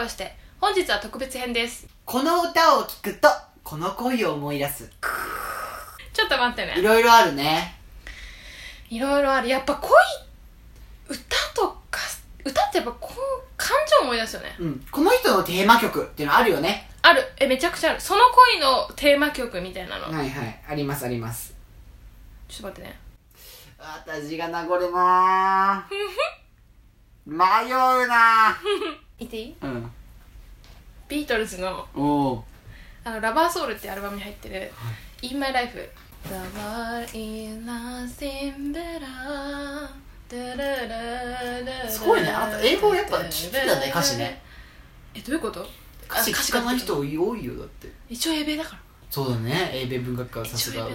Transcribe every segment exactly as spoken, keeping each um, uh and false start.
ろして本日は特別編です。 この歌を聴くとこの恋を思い出す。 ちょっと待ってね。 いろいろあるね。 いろいろある。やっぱ恋、歌とか歌ってやっぱこう感情思い出すよね。 うん。この人のテーマ曲っていうのあるよね。 ある。え、めちゃくちゃある。その恋のテーマ曲みたいなの。 はいはい、ありますあります。 ちょっと待ってね。 私が名残るな迷うな言っていい？ うん。 ビートルズのおあのラバーソウルってアルバムに入ってる、はい、In My Life The world is nothing better。 すごいね。あなた英語やっぱ聞いてたね、歌詞ね。 え、どういうこと？ 歌詞聞かない人多いよだって。 一応英米だから。 そうだね、英米文学科はさすが。うん。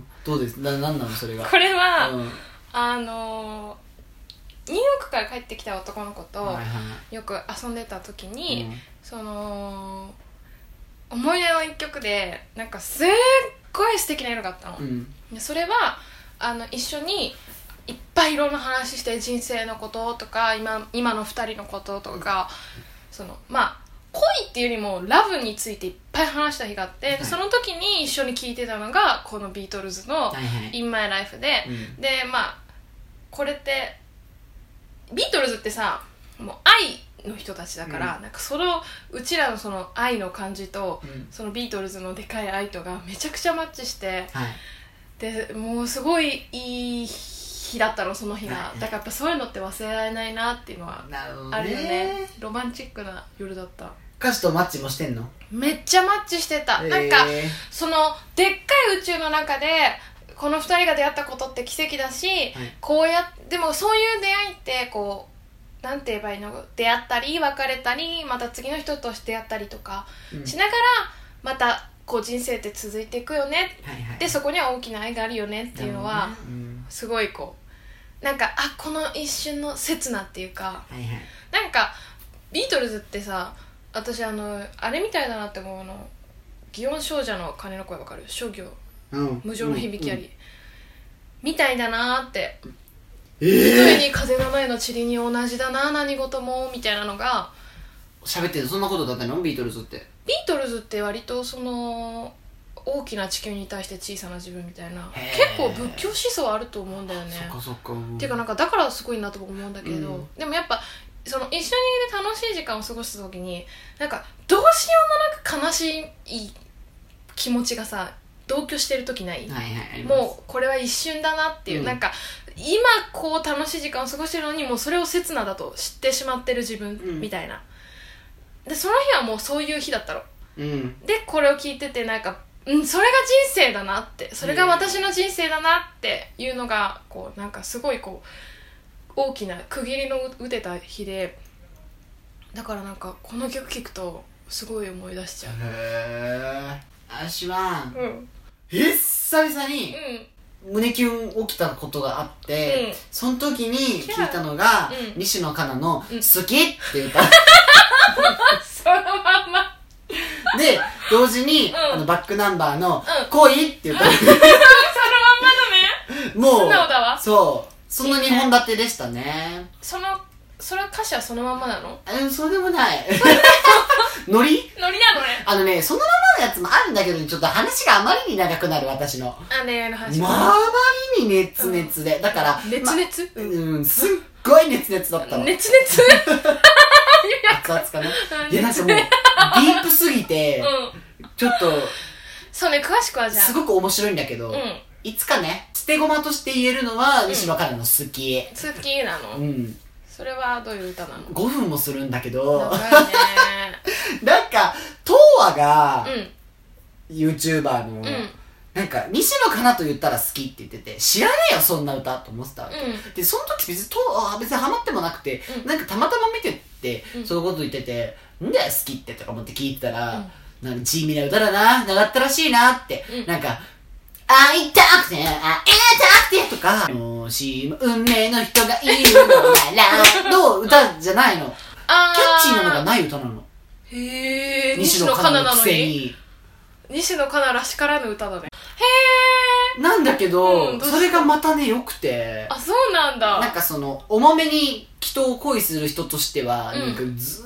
どうですな、なんなのそれが。 これは、 うん、あのニューヨークから帰ってきた男の子とよく遊んでた時に、うん、その思い出の一曲でなんかすっごい素敵な色があったの、うん、それはあの一緒にいっぱいいろんな話して、人生のこととか 今, 今のふたりのこととか、うん、そのまあ恋っていうよりもラブについていっぱい話した日があって、はい、その時に一緒に聴いてたのがこのビートルズの In My Life で、はいはい、でまあこれってビートルズってさ、もう愛の人たちだから、うん、なんかそのうちらのその愛の感じと、うん、そのビートルズのでかい愛とがめちゃくちゃマッチして、はい、でもうすごいいい日だったの、その日が、はい、だからやっぱそういうのって忘れられないなっていうのはあるよね。ロマンチックな夜だった。 歌詞とマッチもしてんの？ めっちゃマッチしてた、えー、なんかそのでっかい宇宙の中でこのふたりが出会ったことって奇跡だし、はい、こうやでもそういう出会いってこうなんて言えばいいの、出会ったり別れたりまた次の人と出会ったりとかしながら、うん、またこう人生って続いていくよね、はいはい、でそこには大きな愛があるよねっていうのは、ね、うん、すごいこうなんかあこの一瞬の刹那っていうか、はいはい、なんかビートルズってさ、私あのあれみたいだなって思うの、祇園少女の鐘の声わかる？諸行、うん、無常の響きあり、うんうん、みたいだなって、えー、ひとえに風の前の塵に同じだな何事もみたいなのが喋ってる。そんなことだったのビートルズって？ ビートルズって割とその大きな地球に対して小さな自分みたいな、結構仏教思想あると思うんだよね。 そっかそっか、うん、 っていうかなんかだからすごいなと思うんだけど、うん、でもやっぱその一緒にいる楽しい時間を過ごした時になんかどうしようもなく悲しい気持ちがさ同居してる時ない？はいはい、もうこれは一瞬だなっていう、うん、なんか今こう楽しい時間を過ごしてるのにもうそれを刹那だと知ってしまってる自分みたいな、うん、でその日はもうそういう日だったの、うん、でこれを聞いててなんか、うん、それが人生だなって、それが私の人生だなっていうのがこうなんかすごいこう大きな区切りの打てた日で、だからなんかこの曲聴くとすごい思い出しちゃう。 へー、私は、 うん、 久々に胸キュン起きたことがあって、うん、その時に聞いたのが、うん、西野カナの「好き」って歌、うん、 そのまんまで同時に、うん、あのバックナンバーの「恋」って歌、うん、そのまんまだね。もう素直だわ。 そうそのにほん立てでしたね。 そのそれは歌詞はそのまんまなの？ うん、そうでもないノリノリなのね。 あのね、そのままのやつもあるんだけど、ちょっと話があまりに長くなる、私のあ、恋愛の話、 まあ、あまりに熱熱で、うん、だから熱熱、 ま、うん、すっごい熱熱だったの。 熱熱熱々かね。いや、なんかもうディープすぎて、うん、ちょっとそうね、詳しくはじゃあすごく面白いんだけど、うん、いつかね、捨て駒として言えるのは、西野カナの好き。 好きなの？うん。それはどういう歌なの？ ごふんもするんだけど、 長いねなんか、東和が、うん、YouTuber の、うん、なんか、西野カナと言ったら好きって言ってて、知らねえよ、そんな歌と思ってたわけ、うん、で、その時別に、東和別にハマってもなくて、うん、なんかたまたま見てって、うん、そういうこと言ってて、んだよ好きってとか思って聞いてたら、うん、なんか地味な歌だな、長ったらしいなって、うん、なんか、会いたくて、会いたくてとか、もしも運命の人がいるのなら、の歌じゃないの。キャッチーなのがない歌なの。 へー、 西野カナのくせに。 西野カナらしからぬ歌だね。へー。 なんだけど、うん、どそれがまたね、良くて。 あ、そうなんだ。 なんかその、重めに人を恋する人としては、うん、なんかずー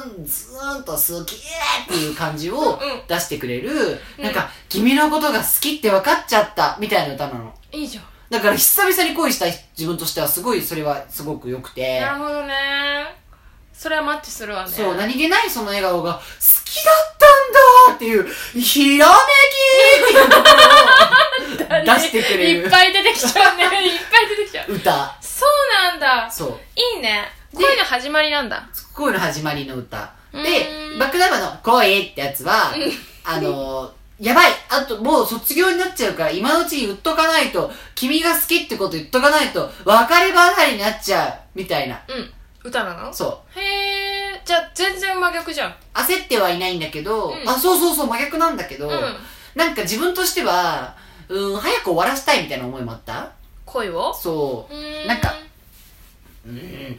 んズーンと好きっていう感じを出してくれる、うん、なんか君のことが好きって分かっちゃったみたいな歌なの。 いいじゃん。 だから久々に恋した自分としてはすごいそれはすごく良くて。 なるほどね。それはマッチするわね。 そう、何気ないその笑顔が好きだったんだっていうひらめきっていうところを出してくれる、 ね、いっぱい出てきちゃうね。いっぱい出てきちゃう歌。 そうなんだ。 そういいね。恋の始まりなんだ。 恋の始まりの歌で、バックナンバーの恋ってやつはあのやばい、あともう卒業になっちゃうから今のうちに言っとかないと、君が好きってこと言っとかないと別れ離れになっちゃうみたいな、 うん歌なの？ そう。 へえ。じゃあ全然真逆じゃん。 焦ってはいないんだけど、 うん、 あ、そうそうそう真逆なんだけど、うん、なんか自分としては、うん、早く終わらせたいみたいな思いもあった？ 恋を？ そう。 うなんか、うん、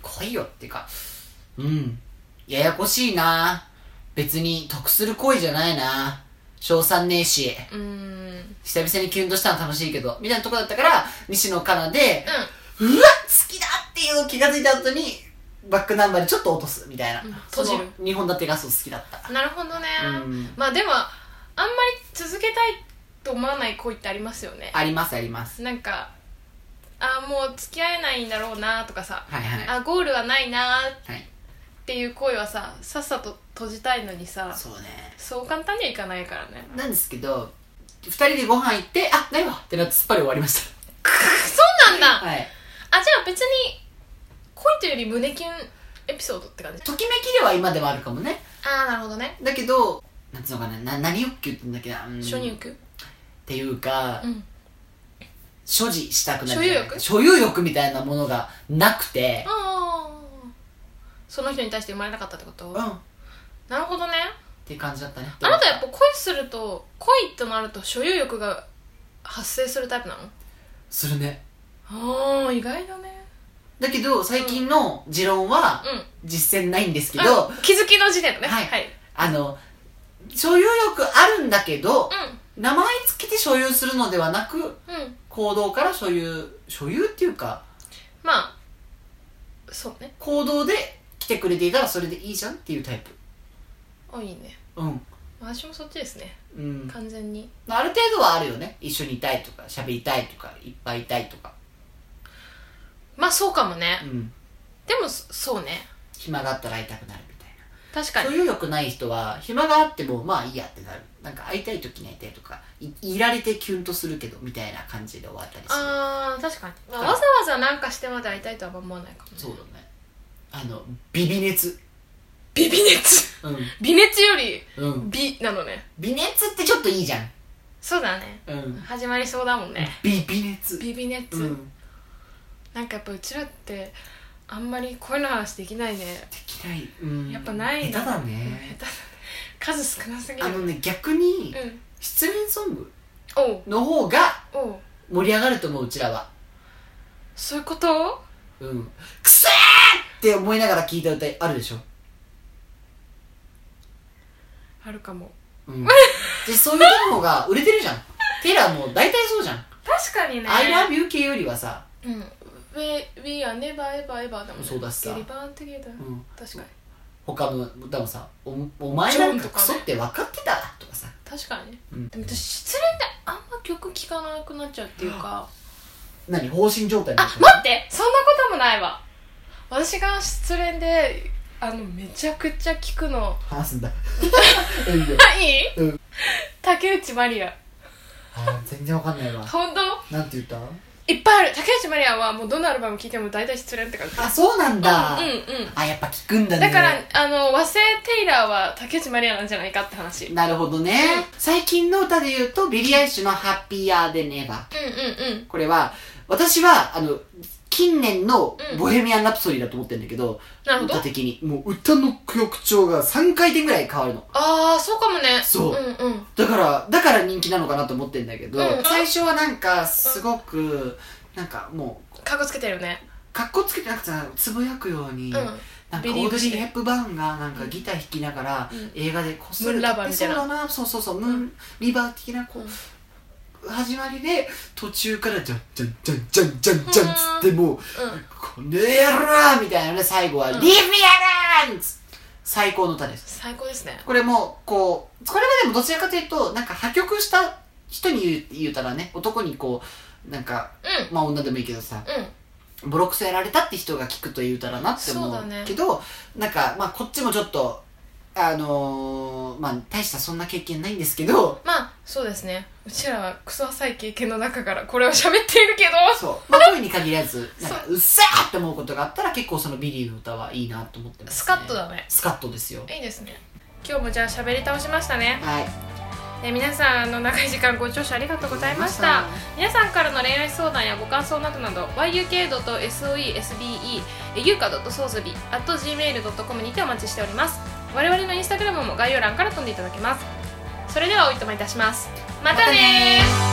恋よっていうか、うん、ややこしいな。別に得する恋じゃないな。賞賛ねえし、 うーん、 久々にキュンとしたの楽しいけど、みたいなとこだったから、西野カナで、 うん、 うわ好きだっていうのを気がついた後に、バックナンバーでちょっと落とすみたいな、うん、 閉じるにほん立てがそう好きだった。 なるほどね、 うん、 まあでもあんまり続けたいと思わない恋ってありますよね。 ありますあります。 なんかあもう付き合えないんだろうなとかさ、 はいはい、 あゴールはないなっていう恋はさ、さっさと閉じたいのにさ、 そうね、 そう簡単にはいかないからね。 なんですけどふたりでご飯行ってあないわってなってすっぱり終わりましたそうなんだ、 はい、 あじゃあ別に恋というより胸キュンエピソードって感じ。 ときめきでは今でもあるかもね。 ああなるほどね。 だけどなんつうのかな、な何欲求って言うんだっけな、うん、 初入欲っていうか、うん、所持したくなる所有欲所有欲みたいなものがなくて、 ああその人に対して生まれなかったってこと？うん、なるほどねっていう感じだったね。 あなたやっぱ恋すると恋となると所有欲が発生するタイプなの？ するね。 ああ意外だね。 だけど最近の持論は実践ないんですけど、 うん、気づきの時点のね、 はい、はい、あの所有欲あるんだけど、うん、名前つけて所有するのではなく、うん、行動から所有所有っていうかまあそうね、 行動で来てくれていたらそれでいいじゃんっていうタイプ。 あいいね。 うん私もそっちですね、うん、完全にある程度はあるよね。一緒にいたいとか喋りたいとかいっぱいいたいとか。 まあそうかもね、 うん、でもそうね、 暇があったら会いたくなるみたいな。確かにそういう欲ない人は暇があってもまあいいやってなる。なんか会いたい時に会いたいとか い, いられてキュンとするけどみたいな感じで終わったりする。 あー確かに、まあ、わざわざなんかしてまで会いたいとは思わないかもね。 そうだね。あのビビ熱ビビ熱、うん、微熱より美なのね、 うん、微熱ってちょっといいじゃん。 そうだね、うん、始まりそうだもんね。 ビビ熱ビビ熱、うん、なんかやっぱうちらってあんまり声の話できないね。できない、うん、 やっぱない下手だね。 下手だね、数少なすぎる。 あのね逆に、うん、失恋ソングの方が盛り上がると思う。うちらはそういうこと。 うんくせーって思いながら聴いた歌あるでしょ。 あるかも、 うん、でそういう歌の方が売れてるじゃん。テイラーも大体そうじゃん。 確かにね。 I love you 系よりはさ、 うん、We, we are never ever ever だもんね。 そうだしさ、 ゲリバーントゲーダー、うん、確かに他の歌もさ お, お前なんかクソって分かってたとかさ、 確かにね、うん、でも私失恋であんま曲聴かなくなっちゃうっていうか何放心状態になっちゃう。 あ待ってそんなこともないわ。私が失恋であのめちゃくちゃ聴くの話すんだいい、うん、竹内まりや。 あ全然わかんないわ。 本当？ なんて言った？ いっぱいある。竹内まりやはもうどのアルバム聴いても大体失恋って感じ。 あそうなんだ、 うんうんうん、 あやっぱ聞くんだね。 だからあの和製テイラーは竹内まりやなんじゃないかって話。 なるほどね、うん、最近の歌で言うとビリー・アイリッシュのハッピーヤーでネバー、うんうんうん、 これは私はあの近年のボヘミアン・ラプソディだと思ってるんだけど、うん、歌的にもう歌の曲調がさんかいてんぐらい変わるの。 ああそうかもね。 そう、 うんうん、 だからだから人気なのかなと思ってるんだけど、うん、最初はなんかすごくなんかもうかっこつけてるね。 かっこつけてなくてつぶやくように、うん、なんかオードリー・ヘップバーンがなんかギター弾きながら、うん、映画でこっそり歌ってそうだな、そうそうそうムーンリバー的なこう、うん始まりで途中からジャンジャンジャンジャンジャンジャンつってもう、うん、この野郎みたいなね最後は、うん、リーフミアランツ最高の歌です。 最高ですね。 これもこうこれはでもどちらかというとなんか破局した人に言う言うたらね、男にこうなんか、うん、まあ女でもいいけどさ、うん、ボロクソやられたって人が聞くと言うたらなって思うけど、ね、なんかまあこっちもちょっとあのー、まあ大したそんな経験ないんですけど、 まあそうですね、うちらはクソ浅い経験の中からこれを喋っているけど、 そう、まあ声に限らずなんかうっさーって思うことがあったら結構そのビリーの歌はいいなと思ってますね。 スカッとだね。 スカッとですよ。 いいですね。今日もじゃあ喋り倒しましたね。 はい。 え皆さんあの長い時間ご聴取ありがとうございました。皆さんからの恋愛相談やご感想などなど ワイユーケードットソーイーエスビーイー ユーカドットソーズビー アットジーメールドットコム にてお待ちしております。我々のインスタグラムも概要欄から飛んでいただけます。それではおいとまいたします。またねー。